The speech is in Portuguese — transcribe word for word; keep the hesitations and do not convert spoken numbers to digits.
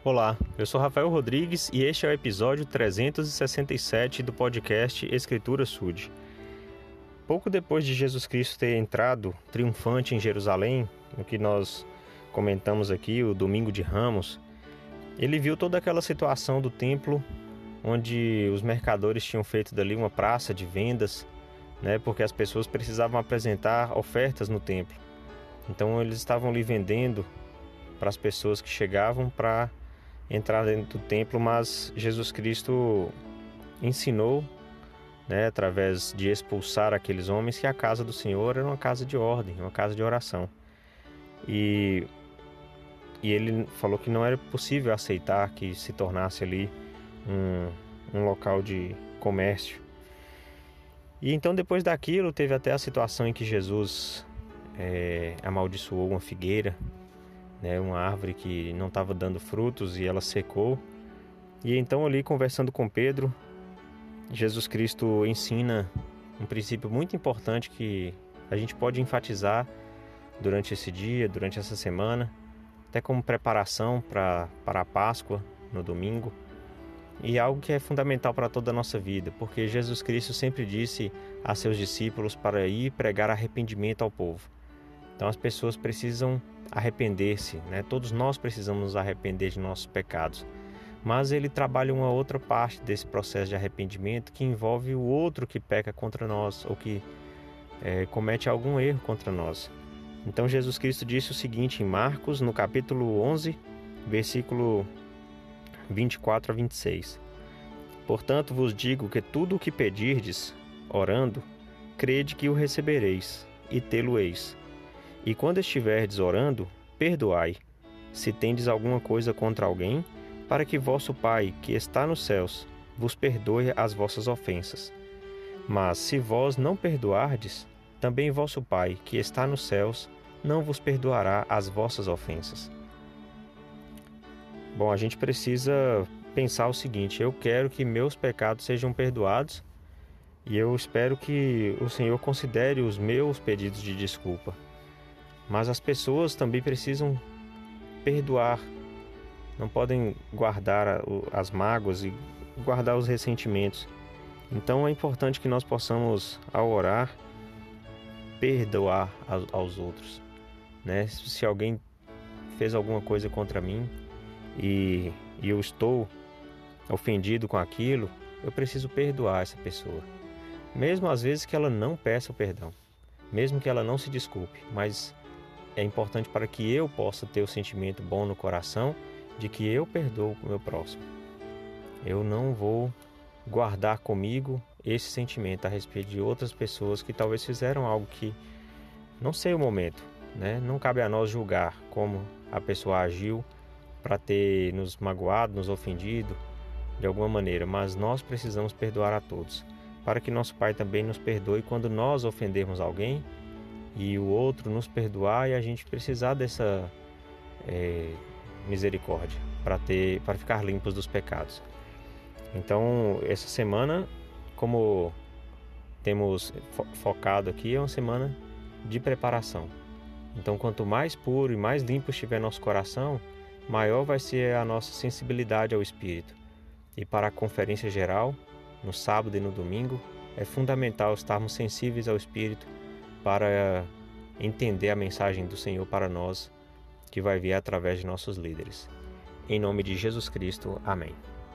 Olá, eu sou Rafael Rodrigues e este é o episódio trezentos e sessenta e sete do podcast Escritura Sud. Pouco depois de Jesus Cristo ter entrado triunfante em Jerusalém, no que nós comentamos aqui, o Domingo de Ramos, ele viu toda aquela situação do templo, onde os mercadores tinham feito dali uma praça de vendas, né, porque as pessoas precisavam apresentar ofertas no templo. Então eles estavam ali vendendo para as pessoas que chegavam para entrar dentro do templo, mas Jesus Cristo ensinou, né, através de expulsar aqueles homens, que a casa do Senhor era uma casa de ordem, uma casa de oração. E, e ele falou que não era possível aceitar que se tornasse ali um, um local de comércio. E então, depois daquilo, teve até a situação em que Jesus é, amaldiçoou uma figueira, né, uma árvore que não estava dando frutos, e ela secou. E então, ali conversando com Pedro, Jesus Cristo ensina um princípio muito importante que a gente pode enfatizar durante esse dia, durante essa semana, até como preparação para, para a Páscoa no domingo, e algo que é fundamental para toda a nossa vida, porque Jesus Cristo sempre disse a seus discípulos para ir pregar arrependimento ao povo. Então as pessoas precisam arrepender-se, né? Todos nós precisamos nos arrepender de nossos pecados. Mas ele trabalha uma outra parte desse processo de arrependimento que envolve o outro que peca contra nós ou que é, comete algum erro contra nós. Então Jesus Cristo disse o seguinte em Marcos, no capítulo onze, versículo vinte e quatro a vinte e seis. Portanto vos digo que tudo o que pedirdes, orando, crede que o recebereis, e tê-lo-eis. E quando estiverdes orando, perdoai, se tendes alguma coisa contra alguém, para que vosso Pai, que está nos céus, vos perdoe as vossas ofensas. Mas se vós não perdoardes, também vosso Pai, que está nos céus, não vos perdoará as vossas ofensas. Bom, a gente precisa pensar o seguinte: eu quero que meus pecados sejam perdoados e eu espero que o Senhor considere os meus pedidos de desculpa. Mas as pessoas também precisam perdoar, não podem guardar as mágoas e guardar os ressentimentos. Então é importante que nós possamos, ao orar, perdoar aos outros, né? Se alguém fez alguma coisa contra mim e, e eu estou ofendido com aquilo, eu preciso perdoar essa pessoa, mesmo às vezes que ela não peça o perdão, mesmo que ela não se desculpe, mas é importante para que eu possa ter o sentimento bom no coração de que eu perdoo o meu próximo. Eu não vou guardar comigo esse sentimento a respeito de outras pessoas que talvez fizeram algo que não sei o momento, né? Não cabe a nós julgar como a pessoa agiu para ter nos magoado, nos ofendido de alguma maneira, mas nós precisamos perdoar a todos, para que nosso Pai também nos perdoe quando nós ofendermos alguém e o outro nos perdoar e a gente precisar dessa é, misericórdia para ter, para ficar limpos dos pecados. Então, essa semana, como temos fo- focado aqui, é uma semana de preparação. Então, quanto mais puro e mais limpo estiver nosso coração, maior vai ser a nossa sensibilidade ao Espírito. E para a conferência geral, no sábado e no domingo, é fundamental estarmos sensíveis ao Espírito para entender a mensagem do Senhor para nós, que vai vir através de nossos líderes. Em nome de Jesus Cristo, amém.